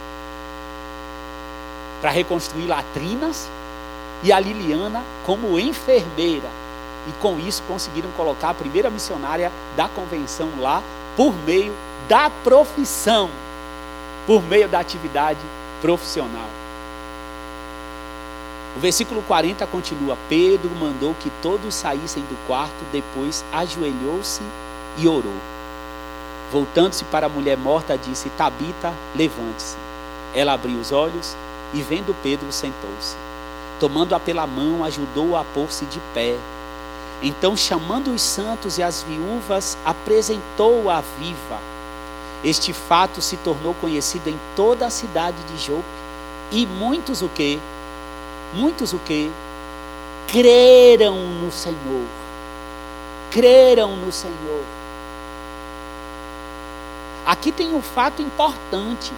para reconstruir latrinas, e a Liliana como enfermeira. E com isso conseguiram colocar a primeira missionária da convenção lá, por meio da profissão, por meio da atividade profissional. O versículo quarenta continua: Pedro mandou que todos saíssem do quarto, depois ajoelhou-se e orou. Voltando-se para a mulher morta, disse: Tabita, levante-se. Ela abriu os olhos e, vendo Pedro, sentou-se. Tomando-a pela mão, ajudou-a a pôr-se de pé. Então, chamando os santos e as viúvas, apresentou-a viva. Este fato se tornou conhecido em toda a cidade de Jope, e muitos o quê? Muitos o quê? Creram no Senhor. Creram no Senhor. Aqui tem um fato importante.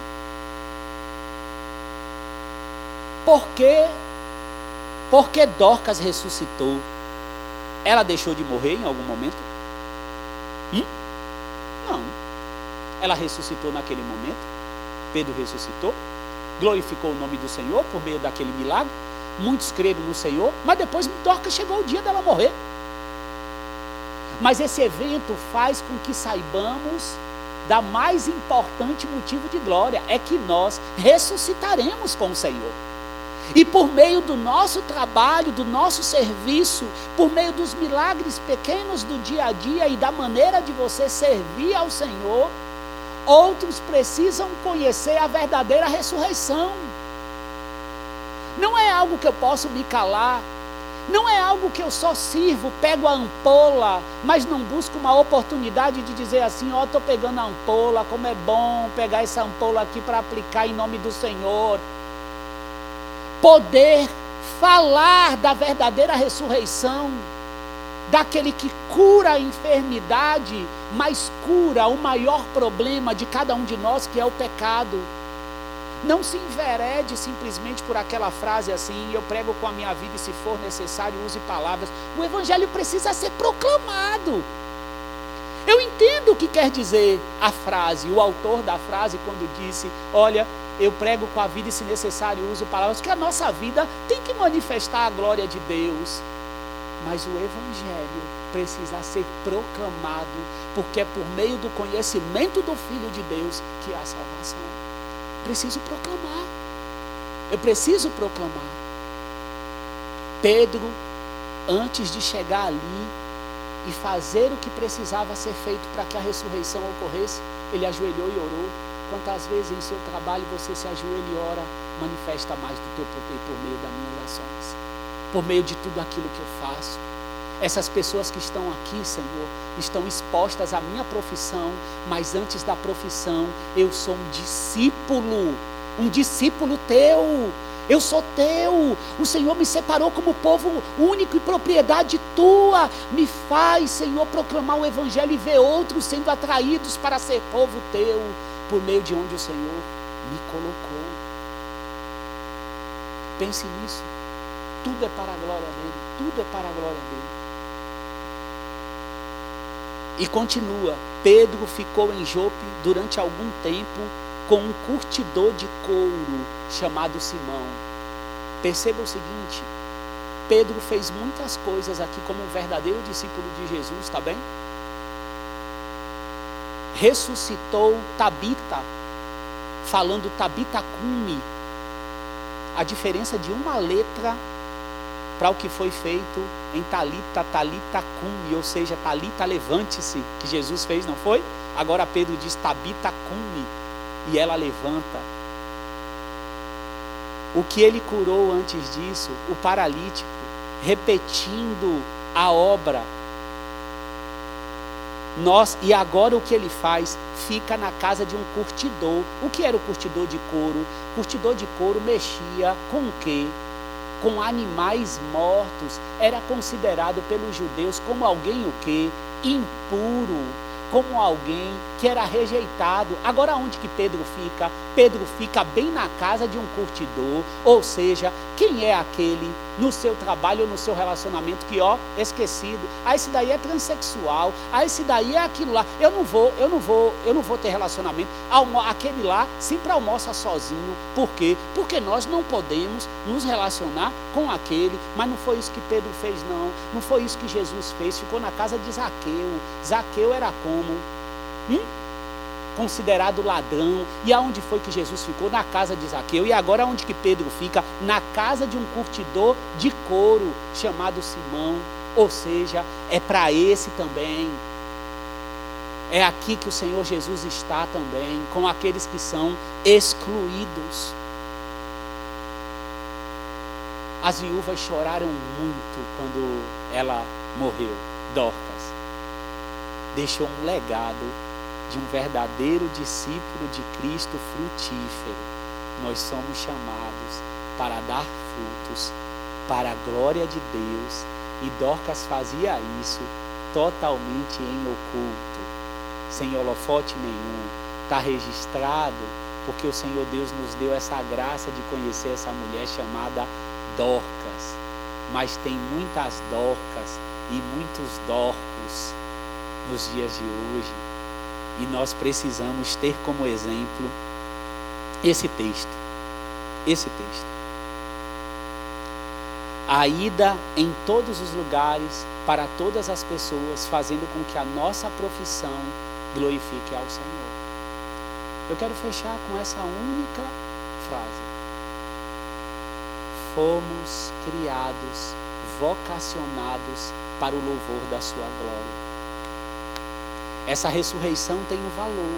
Por quê? Porque Dorcas ressuscitou. Ela deixou de morrer em algum momento? Hum? Não. Ela ressuscitou naquele momento. Pedro ressuscitou. Glorificou o nome do Senhor por meio daquele milagre. Muitos creram no Senhor. Mas depois Dorcas chegou o dia dela morrer. Mas esse evento faz com que saibamos da mais importante motivo de glória. É que nós ressuscitaremos com o Senhor. E por meio do nosso trabalho, do nosso serviço, por meio dos milagres pequenos do dia a dia e da maneira de você servir ao Senhor, outros precisam conhecer a verdadeira ressurreição. Não é algo que eu posso me calar. Não é algo que eu só sirvo, pego a ampola, mas não busco uma oportunidade de dizer assim: ó, estou pegando a ampola, como é bom pegar essa ampola aqui para aplicar em nome do Senhor. Poder falar da verdadeira ressurreição, daquele que cura a enfermidade, mas cura o maior problema de cada um de nós, que é o pecado. Não se enverede simplesmente por aquela frase assim: eu prego com a minha vida e se for necessário use palavras. O evangelho precisa ser proclamado. Eu entendo o que quer dizer a frase, o autor da frase quando disse: olha, eu prego com a vida e se necessário uso palavras, que a nossa vida tem que manifestar a glória de Deus. Mas o evangelho precisa ser proclamado, porque é por meio do conhecimento do Filho de Deus que há salvação. Preciso proclamar. Eu preciso proclamar. Pedro, antes de chegar ali e fazer o que precisava ser feito para que a ressurreição ocorresse, ele ajoelhou e orou. Quantas vezes em seu trabalho você se ajoelha e ora? Manifesta mais do teu poder por meio das minhas ações, por meio de tudo aquilo que eu faço. Essas pessoas que estão aqui, Senhor, estão expostas à minha profissão, mas antes da profissão, eu sou um discípulo, um discípulo teu. Eu sou teu. O Senhor me separou como povo único e propriedade tua. Me faz, Senhor, proclamar o evangelho e ver outros sendo atraídos para ser povo teu, por meio de onde o Senhor me colocou. Pense nisso. Tudo é para a glória dele. Tudo é para a glória dele. E continua: Pedro ficou em Jope durante algum tempo com um curtidor de couro chamado Simão. Perceba o seguinte: Pedro fez muitas coisas aqui como um verdadeiro discípulo de Jesus, está bem? Ressuscitou Tabita, falando Tabita cumi. A diferença de uma letra para o que foi feito em Talita, Talita cumi, ou seja, Talita levante-se, que Jesus fez, não foi? Agora Pedro diz Tabita cumi, e ela levanta. O que ele curou antes disso? O paralítico, repetindo a obra. Nós, e agora o que ele faz? Fica na casa de um curtidor. O que era o curtidor de couro? Curtidor de couro mexia com o quê? Com animais mortos. Era considerado pelos judeus como alguém o quê? Impuro, como alguém que era rejeitado. Agora onde que Pedro fica? Pedro fica bem na casa de um curtidor, ou seja, quem é aquele no seu trabalho ou no seu relacionamento que, ó, esquecido, ah, esse daí é transexual, ah, esse daí é aquilo lá, eu não vou, eu não vou, eu não vou ter relacionamento, aquele lá sempre almoça sozinho. Por quê? Porque nós não podemos nos relacionar com aquele. Mas não foi isso que Pedro fez, não, não foi isso que Jesus fez. Ficou na casa de Zaqueu. Zaqueu era como? Hum? considerado ladrão. E aonde foi que Jesus ficou? Na casa de Zaqueu. E agora onde que Pedro fica? Na casa de um curtidor de couro chamado Simão. Ou seja, é para esse também. É aqui que o Senhor Jesus está também, com aqueles que são excluídos. As viúvas choraram muito quando ela morreu. Dorcas deixou um legado de um verdadeiro discípulo de Cristo frutífero. Nós somos chamados para dar frutos para a glória de Deus, e Dorcas fazia isso totalmente em oculto, sem holofote nenhum. Está registrado porque o Senhor Deus nos deu essa graça de conhecer essa mulher chamada Dorcas. Mas tem muitas Dorcas e muitos Dorcos nos dias de hoje, e nós precisamos ter como exemplo esse texto, esse texto. A ida em todos os lugares, para todas as pessoas, fazendo com que a nossa profissão glorifique ao Senhor. Eu quero fechar com essa única frase. Fomos criados, vocacionados para o louvor da sua glória. Essa ressurreição tem um valor.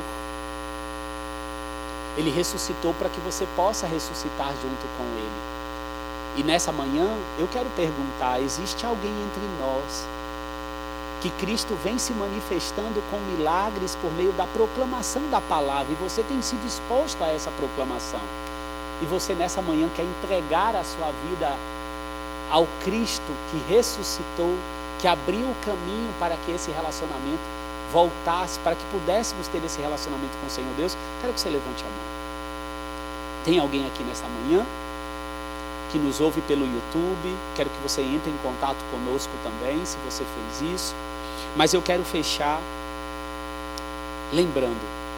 Ele ressuscitou para que você possa ressuscitar junto com Ele. E nessa manhã, eu quero perguntar, existe alguém entre nós que Cristo vem se manifestando com milagres por meio da proclamação da palavra, e você tem sido exposto a essa proclamação, e você nessa manhã quer entregar a sua vida ao Cristo que ressuscitou, que abriu o caminho para que esse relacionamento voltasse, para que pudéssemos ter esse relacionamento com o Senhor Deus? Quero que você levante a mão. Tem alguém aqui nessa manhã que nos ouve pelo YouTube? Quero que você entre em contato conosco também, se você fez isso. Mas eu quero fechar lembrando,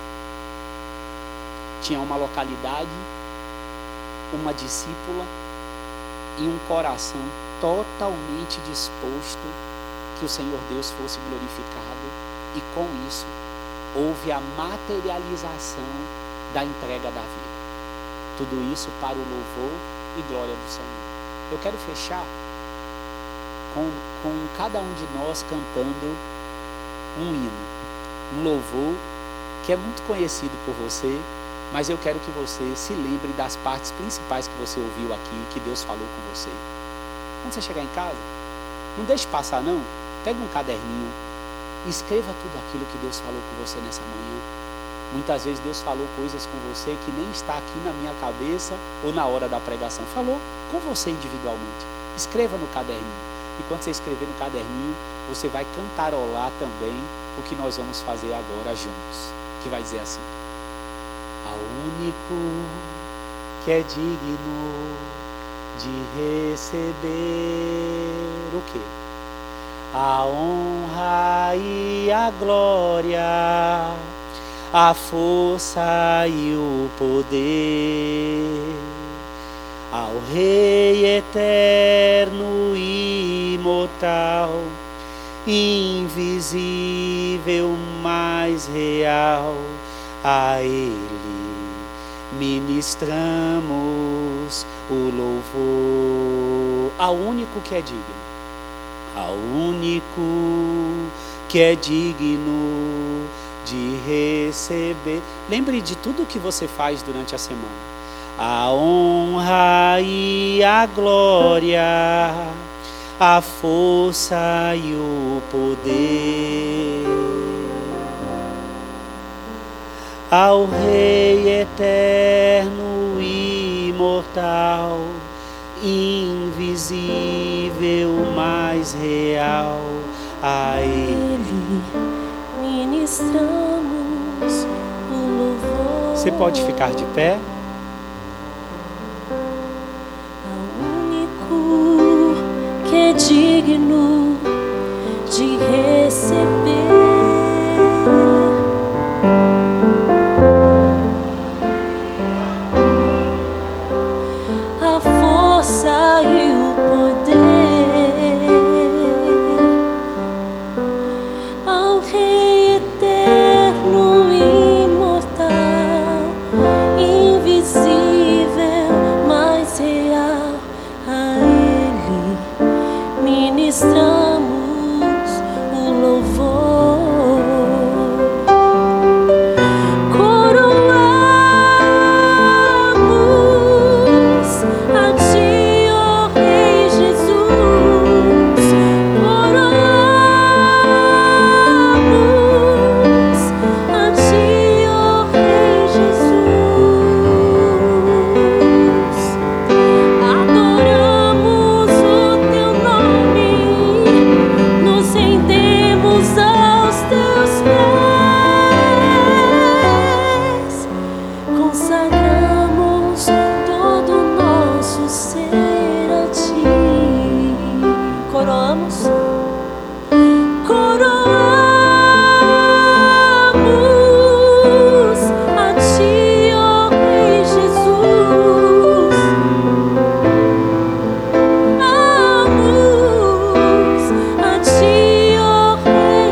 tinha uma localidade, uma discípula e um coração totalmente disposto que o Senhor Deus fosse glorificado, e com isso houve a materialização da entrega da vida. Tudo isso para o louvor e glória do Senhor. Eu quero fechar com, com cada um de nós cantando um hino, um louvor que é muito conhecido por você, mas eu quero que você se lembre das partes principais que você ouviu aqui, que Deus falou com você. Quando você chegar em casa, não deixe passar não, pega um caderninho, escreva tudo aquilo que Deus falou com você nessa manhã. Muitas vezes Deus falou coisas com você que nem está aqui na minha cabeça ou na hora da pregação. Falou com você individualmente. Escreva no caderninho. E quando você escrever no caderninho, você vai cantarolar também o que nós vamos fazer agora juntos. Que vai dizer assim: ao único que é digno de receber o quê? A honra e a glória, a força e o poder, ao Rei eterno e imortal, invisível, mais real, a Ele ministramos o louvor. Ao único que é digno, ao único que é digno de receber. Lembre de tudo que você faz durante a semana. A honra e a glória, a força e o poder, ao Rei eterno e imortal, invisível, mais real, a Ele ministramos o louvor. Você pode ficar de pé? Ao único que é digno de receber a força e o poder, ao Rei eterno e imortal, ministramos o louvor. Coroamos a Ti, ó Rei Jesus. Coroamos a Ti, ó Rei Jesus. Adoramos o Teu nome, nos rendemos aos Teus pés, consagramos todo o nosso ser a Ti. Coroamos, coroamos a Ti, ó Rei Jesus. Amamos a Ti, ó Rei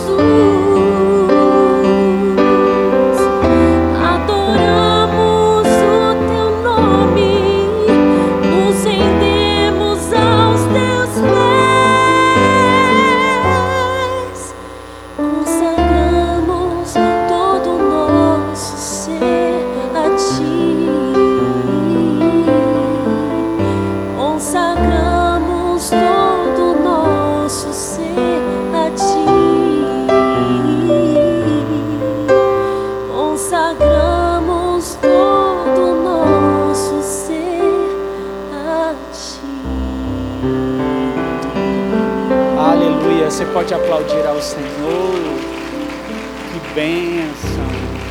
Jesus. Adoramos o Teu nome, nos rendemos aos Teus pés, consagramos todo o nosso ser a Ti. Consagramos todo o nosso ser a Ti. Consagramos todo o nosso ser a Ti. Aleluia. Você pode aplaudir ao Senhor. Que bênção.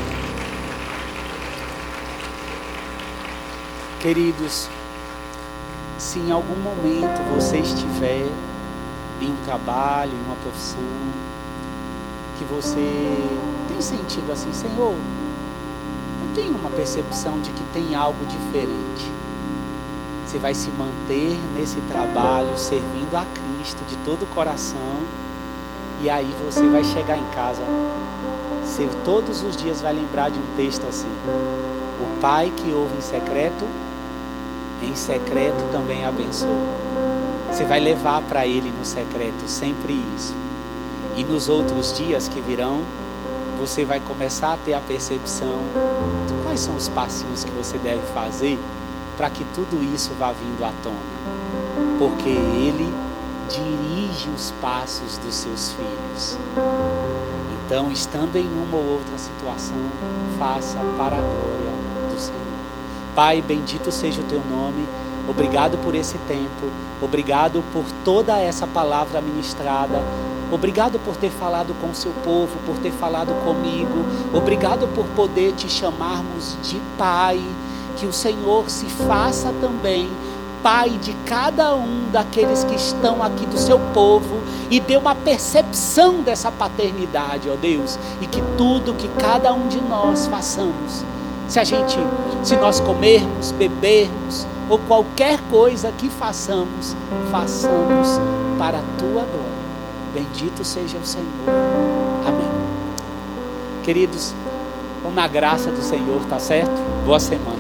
Queridos, se em algum momento você estiver em um trabalho, em uma profissão, que você tem sentido assim, Senhor, eu tenho uma percepção de que tem algo diferente. Você vai se manter nesse trabalho, servindo a Cristo de todo o coração, e aí você vai chegar em casa. Você todos os dias vai lembrar de um texto assim: o Pai que ouve em secreto, em secreto também abençoa. Você vai levar para Ele no secreto sempre isso. E nos outros dias que virão, você vai começar a ter a percepção de quais são os passinhos que você deve fazer para que tudo isso vá vindo à tona. Porque Ele dirige os passos dos seus filhos. Então, estando em uma ou outra situação, faça para a glória do Senhor. Pai, bendito seja o Teu nome. Obrigado por esse tempo. Obrigado por toda essa palavra ministrada. Obrigado por ter falado com o Seu povo, por ter falado comigo. Obrigado por poder Te chamarmos de Pai. Que o Senhor se faça também Pai de cada um daqueles que estão aqui do Seu povo e dê uma percepção dessa paternidade, ó Deus, e que tudo que cada um de nós façamos, se a gente, se nós comermos, bebermos ou qualquer coisa que façamos, façamos para a Tua glória. Bendito seja o Senhor. Amém. Queridos, vamos na graça do Senhor, tá certo? Boa semana.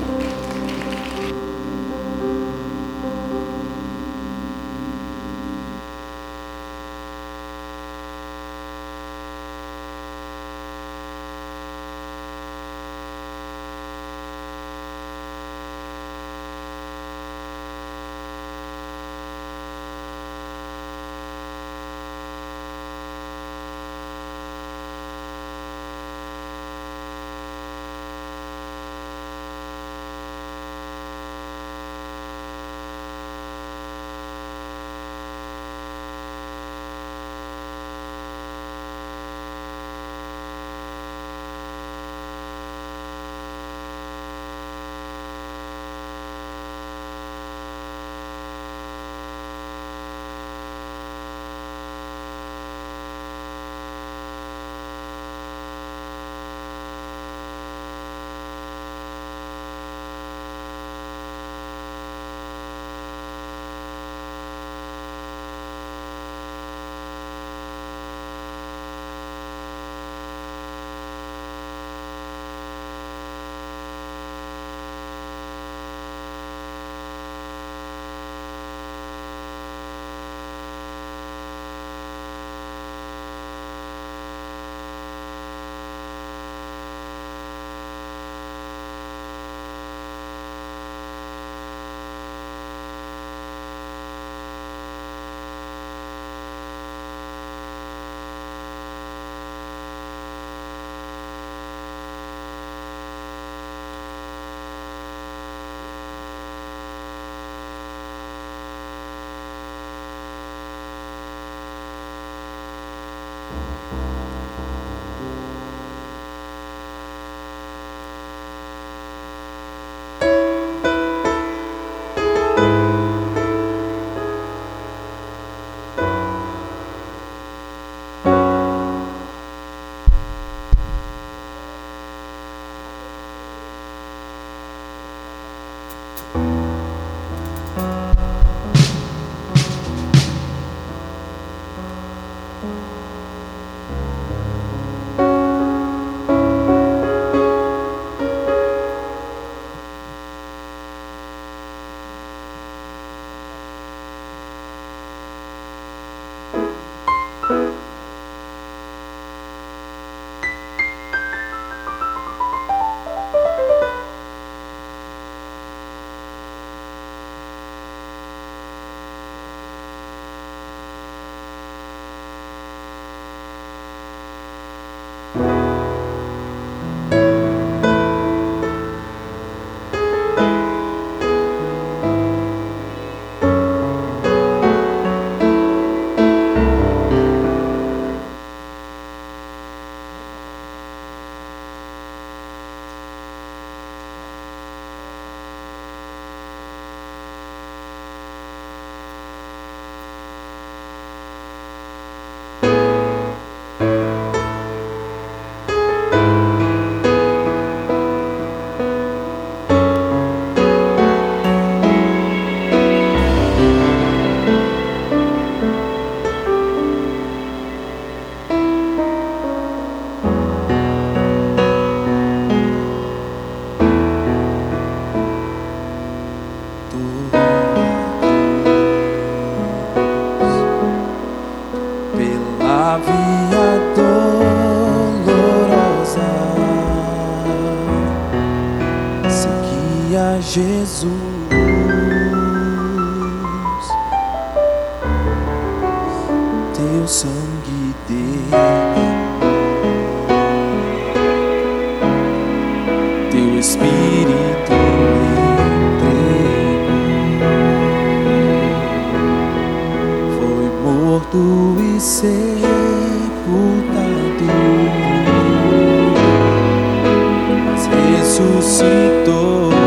Jesus, teu sangue derramou, teu Espírito entregou, foi morto e sepultado, mas ressuscitou.